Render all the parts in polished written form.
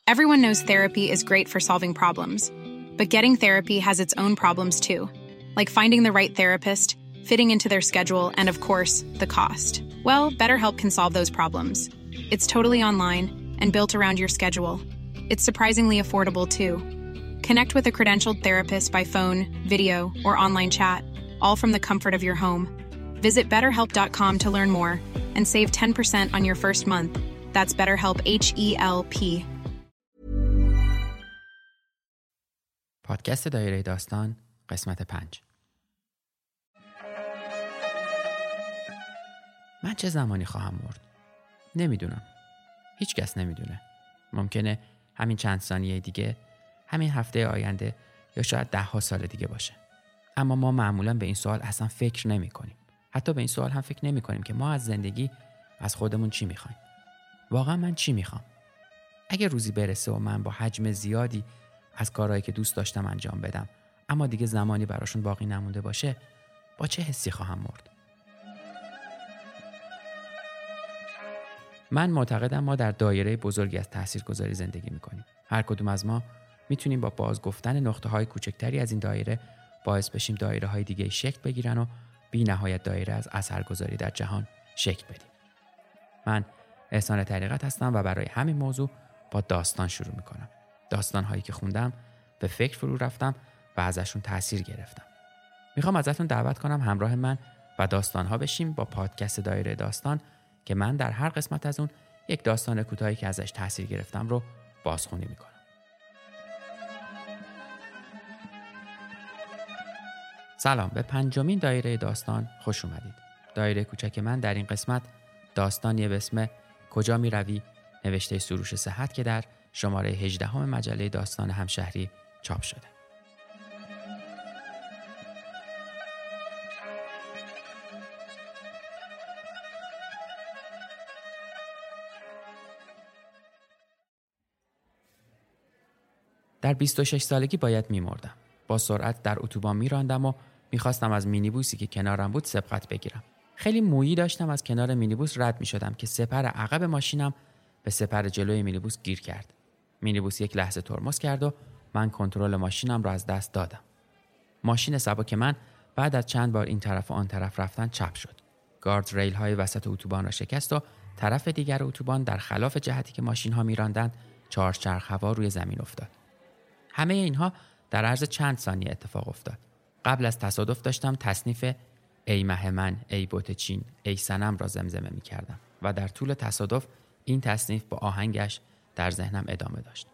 Everyone knows therapy is great for solving problems, but getting therapy has its own problems too, like finding the right therapist, fitting into their schedule, and of course, the cost. Well, BetterHelp can solve those problems. It's totally online and built around your schedule. It's surprisingly affordable too. Connect with a credentialed therapist by phone, video, or online chat, all from the comfort of your home. Visit BetterHelp.com to learn more and save 10% on your first month. That's BetterHelp, H-E-L-P. پادکست دایره داستان قسمت 5. من چه زمانی خواهم مرد؟ نمیدونم. هیچ کس نمیدونه. ممکنه همین چند ثانیه دیگه، همین هفته آینده یا شاید 10 سال دیگه باشه. اما ما معمولاً به این سوال اصلا فکر نمی کنیم. حتی به این سوال هم فکر نمی کنیم که ما از زندگی، از خودمون چی میخوایم. واقعا من چی میخوام؟ اگه روزی برسه و من با حجم زیادی از کارهایی که دوست داشتم انجام بدم اما دیگه زمانی براشون باقی نمونده باشه، با چه حسی خواهم مرد؟ من معتقدم ما در دایره بزرگی از تاثیرگذاری زندگی میکنیم. هر کدوم از ما میتونیم با بازگفتن نقطه‌های کوچکتری از این دایره باعث بشیم دایره‌های دیگه شکل بگیرن و بی نهایت دایره از اثرگذاری در جهان شکل بدیم. من احسان طریقت هستم و برای همین موضوع با داستان شروع میکنم. داستان‌هایی که خوندم، به فکر فرو رفتم و ازشون تأثیر گرفتم. میخوام ازتون دعوت کنم همراه من و داستان‌ها بشیم با پادکست دایره داستان که من در هر قسمت از اون یک داستان کوتاهی که ازش تأثیر گرفتم رو بازخوانی میکنم. سلام، به 5مین دایره داستان خوش اومدید. دایره کوچک من در این قسمت داستانی به اسم کجا می روی نوشته سروش صحت که در شماره 18 مجله داستان همشهری چاپ شده. در 26 سالگی باید می‌مردم. با سرعت در اتوبان می‌راندم و می‌خواستم از مینیبوسی که کنارم بود سبقت بگیرم. خیلی مویی داشتم از کنار مینیبوس رد می‌شدم که سپر عقب ماشینم به سپر جلوی مینیبوس گیر کرد. مینیبوس یک لحظه ترمز کرد و من کنترل ماشینم را از دست دادم. ماشین سبک من بعد از چند بار این طرف و آن طرف رفتن چپ شد. گارد ریل های وسط اتوبان را شکست و طرف دیگر اتوبان در خلاف جهتی که ماشین ها می‌راندند چهارچرخ هوا روی زمین افتاد. همه اینها در عرض چند ثانیه اتفاق افتاد. قبل از تصادف داشتم تصنیف ای مه من، ای بت چین، ای صنم را زمزمه می‌کردم و در طول تصادف این تصنیف با آهنگش در ذهنم ادامه داشت.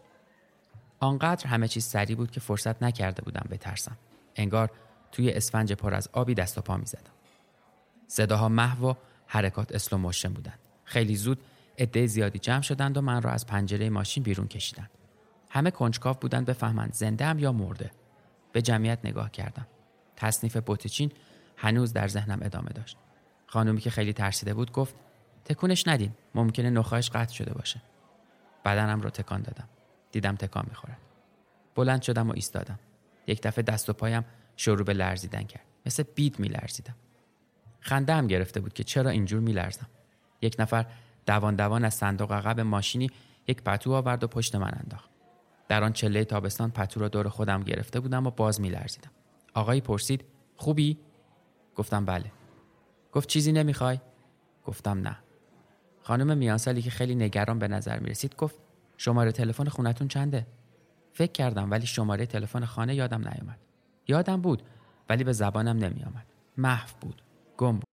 آنقدر همه چیز سریع بود که فرصت نکرده بودم بترسم. انگار توی اسفنج پر از آبی دست و پا می‌زدم. صداها محو و حرکات اسلو موشن بودند. خیلی زود عده زیادی جمع شدند و من را از پنجره ماشین بیرون کشیدند. همه کنجکاو بودند بفهمند زنده‌ام یا مرده. به جمعیت نگاه کردم. تصنیف بت چین هنوز در ذهنم ادامه داشت. خانومی که خیلی ترسیده بود گفت تکونش ندین، ممکنه نخاعش قطع شده باشه. بدنم رو تکان دادم. دیدم تکان می‌خورد. بلند شدم و ایستادم. یک دفعه دست و پایم شروع به لرزیدن کرد. مثل بید می‌لرزیدم. خنده‌ام گرفته بود که چرا اینجور می‌لرزم. یک نفر دوان از صندوق عقب ماشینی یک پتو آورد و پشت من انداخت. در آن چله تابستان پتو را دور خودم گرفته بودم و باز می‌لرزیدم. آقایی پرسید خوبی؟ گفتم بله. گفت چیزی نمیخوای؟ گفتم نه. خانم میانسالی که خیلی نگران به نظر میرسید گفت شماره تلفن خونتون چنده؟ فکر کردم ولی شماره تلفن خانه یادم نیامد. یادم بود ولی به زبانم نمیآمد. محو بود. گم بود.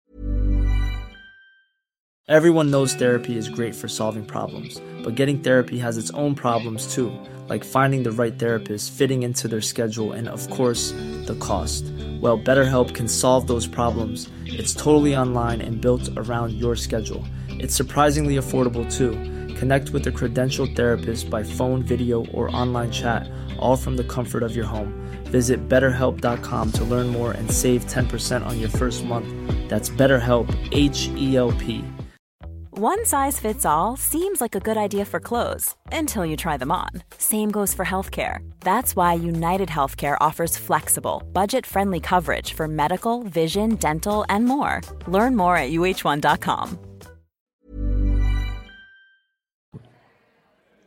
Everyone knows therapy is great for solving problems, but getting therapy has its own problems too, like finding the right therapist, fitting into their schedule, and of course, the cost. Well, BetterHelp can solve those problems. It's totally online and built around your schedule. It's surprisingly affordable too. Connect with a credentialed therapist by phone, video, or online chat, all from the comfort of your home. Visit BetterHelp.com to learn more and save 10% on your first month. That's BetterHelp, H-E-L-P. One size fits all seems like a good idea for clothes until you try them on. Same goes for healthcare. That's why United Healthcare offers flexible, budget-friendly coverage for medical, vision, dental, and more. Learn more at UH1.com.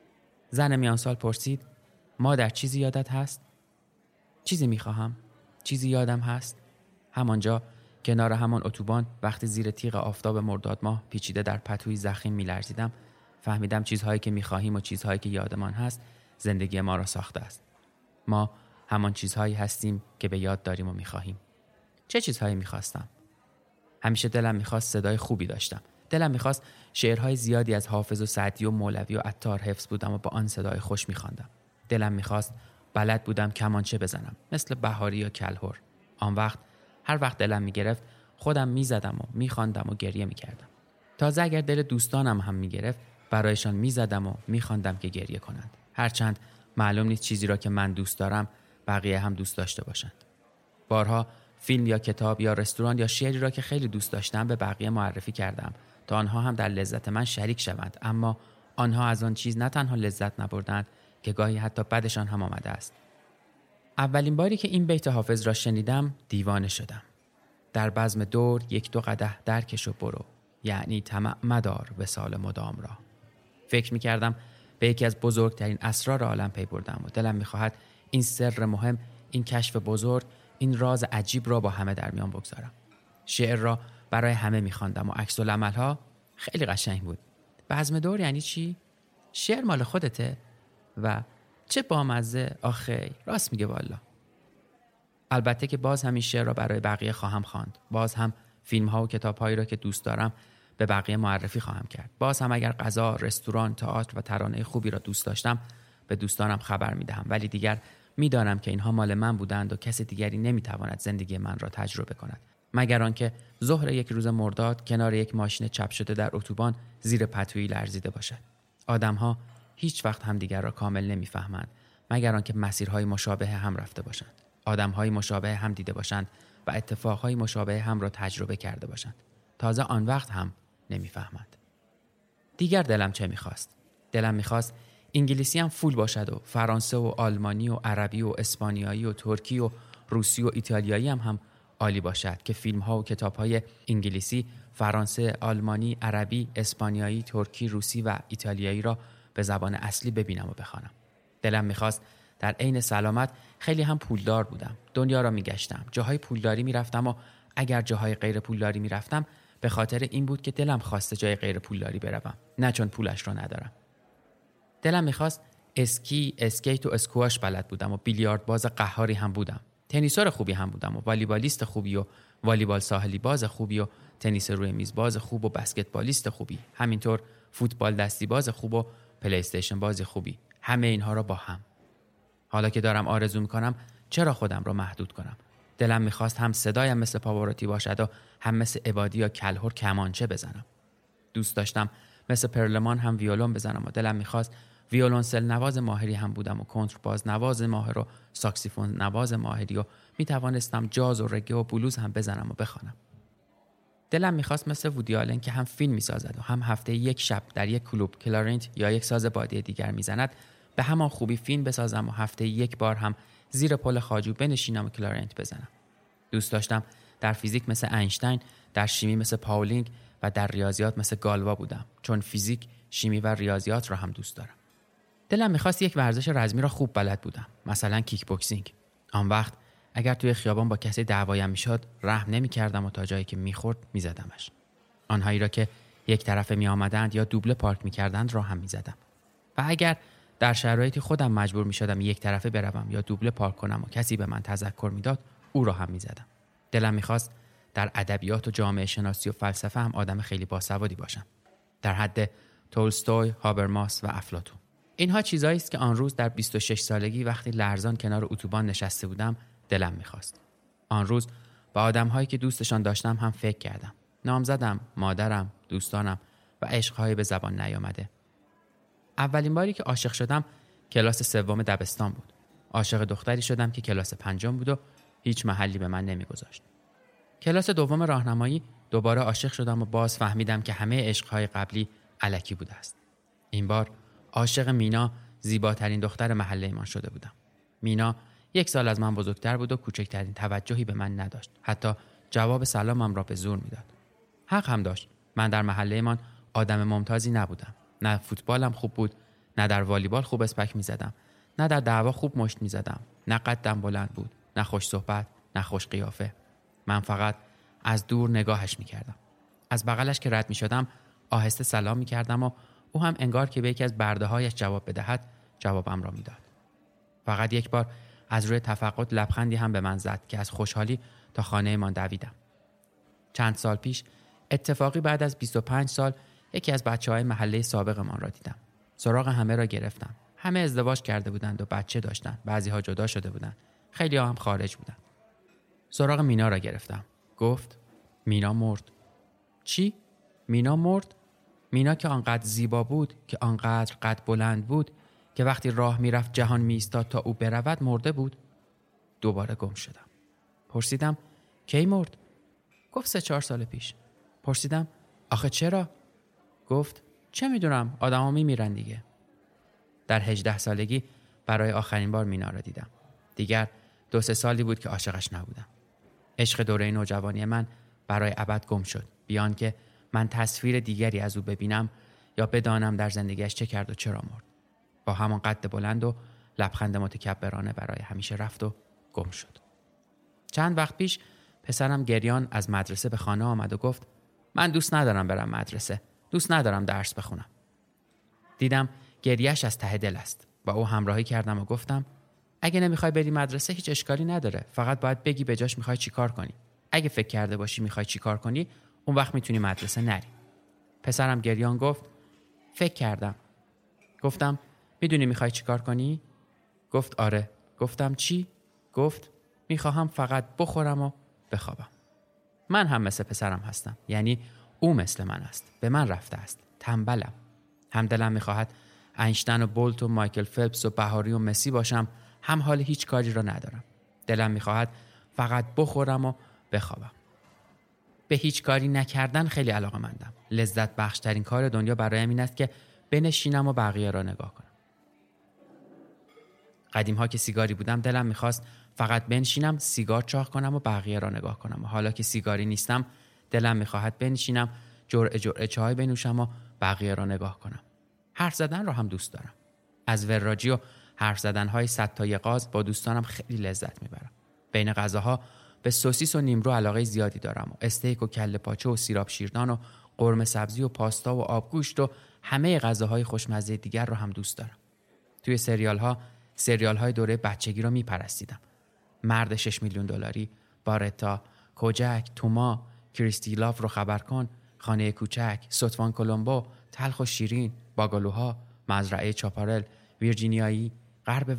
زن میان سال پرسید: مادر چیزی یادت هست؟ چیزی میخواهم. چیزی یادم هست. همانجا کنار همان اتوبان وقتی زیر تیغ آفتاب مرداد ماه پیچیده در پتوی زخیم میلرزیدم، فهمیدم چیزهایی که میخواهیم و چیزهایی که یادمان هست زندگی ما را ساخته است. ما همان چیزهایی هستیم که به یاد داریم و میخواهیم. چه چیزهایی میخواستم؟ همیشه دلم میخواست صدای خوبی داشتم. دلم میخواست شعرهای زیادی از حافظ و سعدی و مولوی و عطار حفظ بودم و با آن صدای خوش میخواندم. دلم میخواست بلد بودم کمانچه بزنم، مثل بهاری یا کلهر. آن وقت هر وقت دلم میگرفت خودم میزدم و میخواندم و گریه میکردم. تازه اگر دل دوستانم هم میگرفت برایشان میزدم و میخواندم که گریه کنند. هرچند معلوم نیست چیزی را که من دوست دارم بقیه هم دوست داشته باشند. بارها فیلم یا کتاب یا رستوران یا شعری را که خیلی دوست داشتم به بقیه معرفی کردم تا آنها هم در لذت من شریک شوند، اما آنها از آن چیز نه تنها لذت نبردند که گاهی حتی بدشان هم آمده است. اولین باری که این بیت حافظ را شنیدم دیوانه شدم. در بزم دور 1-2 قدح درکش و برو، یعنی طمع مدار وصال مدام را. فکر می‌کردم به یکی از بزرگترین اسرار عالم پی بردم و دلم می‌خواهد این سر مهم، این کشف بزرگ، این راز عجیب را با همه در میان بگذارم. شعر را برای همه می‌خواندم و عکس العمل‌ها خیلی قشنگ بود. بزم دور یعنی چی؟ شعر مال خودته؟ و چه بامزه. آخه راست میگه والا. البته که باز هم این شعر را برای بقیه خواهم خواند. باز هم فیلم‌ها و کتاب‌هایی را که دوست دارم به بقیه معرفی خواهم کرد. باز هم اگر غذا، رستوران، تئاتر و ترانه خوبی را دوست داشتم به دوستانم خبر میدهم، ولی دیگر میدانم که اینها مال من بودند و کسی دیگری نمیتواند زندگی من را تجربه کند مگر آنکه ظهر یک روز مرداد کنار یک ماشین چپ شده در اتوبان زیر پتویی لرزیده باشد. آدم‌ها هیچ وقت همدیگر را کامل نمیفهمند مگر آنکه مسیرهای مشابه هم رفته باشند، آدم‌های مشابه هم دیده باشند و اتفاقهای مشابه هم را تجربه کرده باشند. تازه آن وقت هم نمیفهمند. دیگر دلم چه می‌خواست؟ دلم می‌خواست انگلیسی هم فول باشد و فرانسه و آلمانی و عربی و اسپانیایی و ترکی و روسی و ایتالیایی هم عالی باشد که فیلم‌ها و کتاب‌های انگلیسی، فرانسه، آلمانی، عربی، اسپانیایی، ترکی، روسی و ایتالیایی را به زبان اصلی ببینم و بخوانم. دلم می‌خواست در عین سلامت خیلی هم پولدار بودم. دنیا را می‌گشتم. جاهای پولداری می‌رفتم و اگر جاهای غیر پولداری می‌رفتم به خاطر این بود که دلم خواسته جای غیر پولداری بروم، نه چون پولش را ندارم. دلم می‌خواست اسکی، اسکیت و اسکواش بلد بودم و بیلیارد باز قهاری هم بودم. تنیسور خوبی هم بودم و والیبالیست خوبی و والیبال ساحلی باز خوبی و تنیس روی میز باز خوب و بسکتبالیست خوبی، همینطور فوتبال دستی باز خوب و پلی استیشن باز خوبی. همه اینها را با هم. حالا که دارم آرزو میکنم چرا خودم را محدود کنم؟ دلم میخواست هم صدایم مثل پاوروتی باشد و هم مثل عبادی یا کلهر کمانچه بزنم. دوست داشتم مثل پرلمان هم ویولون بزنم و دلم میخواست ویولونسل نواز ماهری هم بودم و کنترباز نواز ماهر و ساکسیفون نواز ماهری و میتوانستم جاز و رگه و بلوز هم بزنم و بخوانم. دلم میخواست مثل وودی آلن که هم فیلم میسازد و هم هفته یک شب در یک کلوب کلارینت یا یک ساز بادی دیگر میزند به همان خوبی فیلم بسازم و هفته یک بار هم زیر پل خواجو بنشینم و کلارینت بزنم. دوست داشتم در فیزیک مثل اینشتین، در شیمی مثل پاولینگ و در ریاضیات مثل گالوا بودم، چون فیزیک، شیمی و ریاضیات را هم دوست دارم. دلم میخواست یک ورزش رزمی را خوب بلد بودم، مثلا کیک بوکسینگ. آن وقت اگر توی خیابان با کسی دعوایم میشد رحم نمی‌کردم و تا جایی که میخورد میزدمش. آنهایی را که یک طرفه میآمدند یا دوبله پارک میکردند را هم میزدم. و اگر در شرایطی خودم مجبور میشدم یک طرفه بروم یا دوبله پارک کنم و کسی به من تذکر میداد او را هم میزدم. دلم میخواست در ادبیات و جامعه شناسی و فلسفه هم آدم خیلی باسوادی باشم، در حد تولستوی، هابرماس و افلاطون. اینها چیزایی است که آن روز در 26 سالگی وقتی لرزان کنار اتوبان نشسته بودم دلم میخواست. آن روز با آدم‌هایی که دوستشان داشتم هم فکر کردم. نام زدم، مادرم، دوستانم و عشق‌های به زبان نیامده. اولین باری که عاشق شدم کلاس 3 دبستان بود. عاشق دختری شدم که کلاس 5 بود و هیچ محلی به من نمیگذاشت. کلاس 2 راهنمایی دوباره عاشق شدم و باز فهمیدم که همه عشق‌های قبلی الکی بوده است. این بار عاشق مینا، زیباترین دختر محله‌مان شده بودم. مینا 1 سال از من بزرگتر بود و کوچکترین توجهی به من نداشت. حتی جواب سلامم را به زور میداد. حق هم داشت. من در محله‌مان آدم ممتازی نبودم. نه فوتبالم خوب بود، نه در والیبال خوب اسپک می‌زدم، نه در دعوا خوب مشت می‌زدم، نه قدم بلند بود، نه خوش صحبت، نه خوش قیافه. من فقط از دور نگاهش می‌کردم. از بغلش که رد می‌شدم آهسته سلام می‌کردم و او هم انگار که به یکی از برده‌هایش جواب بدهد جوابم را می‌داد. فقط یک بار از روی تفقد لبخندی هم به من زد که از خوشحالی تا خانه‌مان دویدم. چند سال پیش اتفاقی بعد از 25 سال یکی از بچه‌های محله سابقمان را دیدم. سراغ همه را گرفتم. همه ازدواج کرده بودند و بچه داشتند. بعضی‌ها جدا شده بودند. خیلی‌ها هم خارج بودند. سراغ مینا را گرفتم. گفت مینا مرد. چی؟ مینا مرد؟ مینا که آنقدر زیبا بود، که آنقدر قد بلند بود، که وقتی راه میرفت جهان میایستاد تا او برود، مرده بود؟ دوباره گم شدم. پرسیدم کی مرد؟ گفت 3-4 سال پیش. پرسیدم آخه چرا؟ گفت چه میدونم، آدما میمیرن دیگه. در 18 سالگی برای آخرین بار مینا را دیدم. دیگر 2-3 سالی بود که عاشقش نبودم. عشق دوره نوجوانی من برای ابد گم شد، بیان که من تصویر دیگری از او ببینم یا بدانم در زندگیش چه کرد و چرا مرد. با همان قد بلند و لبخند متکبرانه برای همیشه رفت و گم شد. چند وقت پیش پسرم گریان از مدرسه به خانه آمد و گفت من دوست ندارم برم مدرسه، دوست ندارم درس بخونم. دیدم گریهش از ته دل است. با او همراهی کردم و گفتم اگه نمیخوای بری مدرسه هیچ اشکالی نداره، فقط باید بگی به جاش میخوای چی کار کنی. اگه فکر کرده باشی میخوای چی کار کنی، اون وقت میتونی مدرسه نری. پسرم گریان گفت فکر کردم. گفتم میدونی میخوای چی کار کنی؟ گفت آره. گفتم چی؟ گفت میخواهم فقط بخورم و بخوابم. من هم مثل پسرم هستم، یعنی او مثل من است، به من رفته است، تنبلم. هم دلم میخواهد اینشتین و بولت و مایکل فلپس و بهاری و مسی باشم، هم حال هیچ کاری را ندارم. دلم میخواهد فقط بخورم و بخوابم. به هیچ کاری نکردن خیلی علاقه‌مندم. لذت بخشترین کار دنیا برایم این است که بنشینم و بقیه را نگاه کنم. قدیم‌ها که سیگاری بودم دلم میخواست فقط بنشینم، سیگار چاق کنم و بقیه را نگاه کنم. و حالا که سیگاری نیستم دلم میخواهد بنشینم، جرعه چای بنوشم و بقیه را نگاه کنم. حرف زدن را هم دوست دارم. از وراجی و حرف زدن‌های 100 تا غاز با دوستانم خیلی لذت میبرم. بین غذاها به سوسیس و نیمرو علاقه زیادی دارم و استیک و کله پاچه و سیراب شیردان و قرمه سبزی و پاستا و آبگوشت و همه غذاهای خوشمزه دیگر را هم دوست دارم. توی سریال‌های دوره بچگی را میپرستیدم. مرد 6 میلیون دلاری، بارتا، کوجک، توما، کریستی لاف رو خبر کن، خانه کوچک، ستوان کلمبو، تلخ و شیرین، باگالوها، مزرعه چاپارل، ویرجینیایی، غرب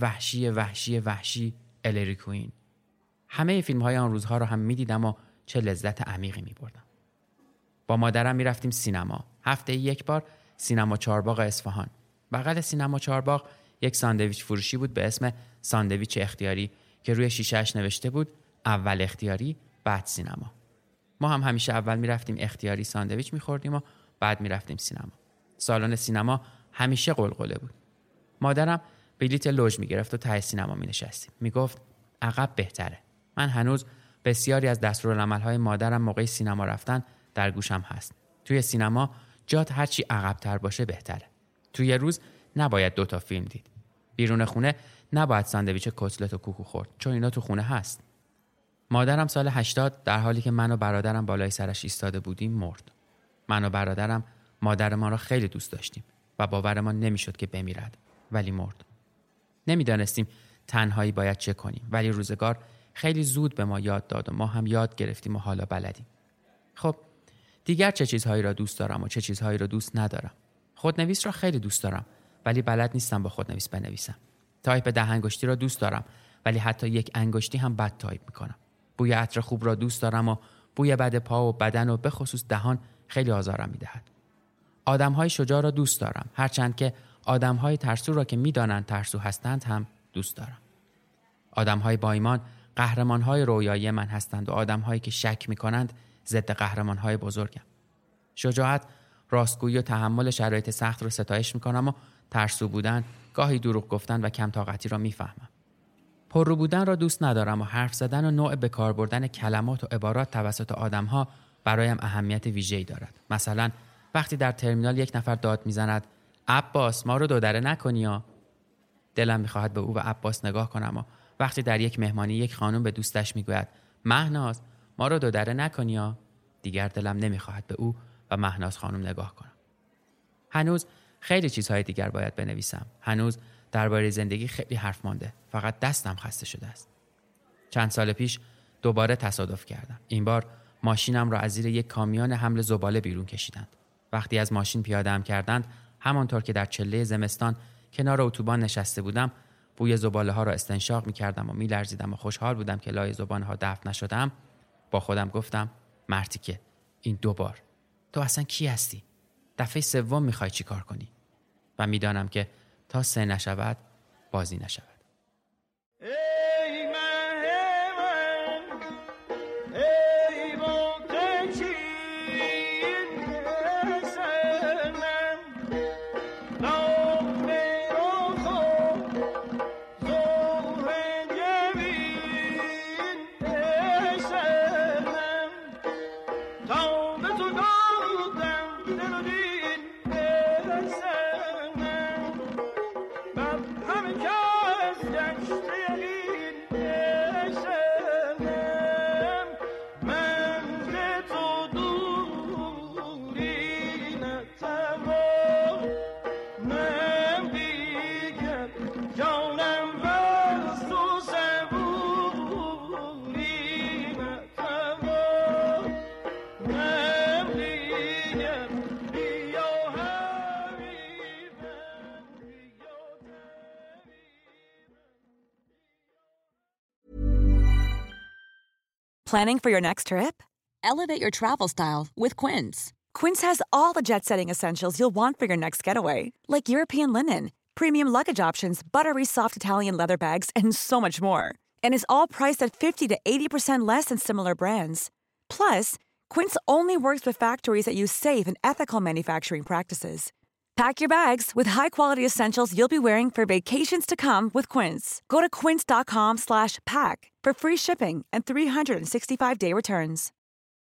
وحشی، الری کوین. همه فیلم‌های آن روزها رو هم می‌دیدم و چه لذت عمیقی می‌بردم. با مادرم می‌رفتیم سینما. هفته یک بار سینما چهارباغ اصفهان. بغل سینما چهارباغ یک ساندویچ فروشی بود به اسم ساندویچ اختیاری که روی شیشه‌اش نوشته بود اول اختیاری بعد سینما. ما هم همیشه اول می‌رفتیم اختیاری ساندویچ می‌خوردیم و بعد می‌رفتیم سینما. سالن سینما همیشه قلقله بود. مادرم بلیت لوژ می‌گرفت و ته سینما می‌نشستیم. میگفت عقب بهتره. من هنوز بسیاری از دستورالعمل‌های مادرم موقع سینما رفتن در گوشم هست. توی سینما جات هرچی عقب‌تر باشه بهتره. توی روز نباید 2 تا فیلم دید. بیرون خونه نباید ساندویچ کتلت و کوکو خورد، چون اینا تو خونه هست. مادرم سال 80 در حالی که من و برادرم بالای سرش ایستاده بودیم مرد. من و برادرم مادرمان را خیلی دوست داشتیم و باورمان نمیشد که بمیرد، ولی مرد. نمیدانستیم تنهایی باید چه کنیم، ولی روزگار خیلی زود به ما یاد داد و ما هم یاد گرفتیم و حالا بلدیم. خب دیگر چه چیزهایی را دوست دارم و چه چیزهایی را دوست ندارم. خودنویس را خیلی دوست دارم، ولی بلد نیستم با خودنویس بنویسم. تایپ 10 انگشتی را دوست دارم، ولی حتی یک انگشتی هم بد تایپ میکنم. بوی عطر خوب را دوست دارم و بوی بد پا و بدن و به خصوص دهان خیلی آزارم میدهد. آدم‌های شجاع را دوست دارم، هرچند که آدم‌های ترسو را که میدانند ترسو هستند هم دوست دارم. آدم‌های با ایمان قهرمان‌های رویایی من هستند و آدم‌هایی که شک می‌کنند ضد قهرمان‌های بزرگم. شجاعت، راستگویی و تحمل شرایط سخت را ستایش می‌کنم و ترسو بودن، گاهی دروغ گفتن و کم طاقتی را می‌فهمم. پررو بودن را دوست ندارم و حرف زدن و نوع به کار بردن کلمات و عبارات توسط آدم‌ها برایم اهمیت ویژه‌ای دارد. مثلا وقتی در ترمینال یک نفر داد می‌زند عباس ما رو دودره نکنی ها. دلم میخواهد به او و عباس نگاه کنم و وقتی در یک مهمانی یک خانم به دوستش میگوید مهناز ما رو دودره نکنی ها، دیگر دلم نمیخواهد به او و مهناز خانم نگاه کنم. هنوز خیلی چیزهای دیگر باید بنویسم. هنوز درباره زندگی خیلی حرف مانده. فقط دستم خسته شده است. چند سال پیش دوباره تصادف کردم. این بار ماشینم را از زیر یک کامیون حمل زباله بیرون کشیدند. وقتی از ماشین پیاده‌ام کردند، همانطور که در چله زمستان کنار اتوبان نشسته بودم، بوی زباله ها را استنشاق می‌کردم و می‌لرزیدم و خوشحال بودم که لای زبان ها دفن نشدم. با خودم گفتم مرتیکه، این دوبار تو اصلا کی هستی؟ دفعه سوم می‌خوای چی کار کنی؟ و می‌دانم که تا سه نشود بازی نشود. Planning for your next trip? Elevate your travel style with Quince. Quince has all the jet-setting essentials you'll want for your next getaway, like European linen, premium luggage options, buttery soft Italian leather bags, and so much more. And is all priced at 50 to 80% less than similar brands. Plus, Quince only works with factories that use safe and ethical manufacturing practices. Pack your bags with high-quality essentials you'll be wearing for vacations to come with Quince. Go to quince.com/pack for free shipping and 365-day returns.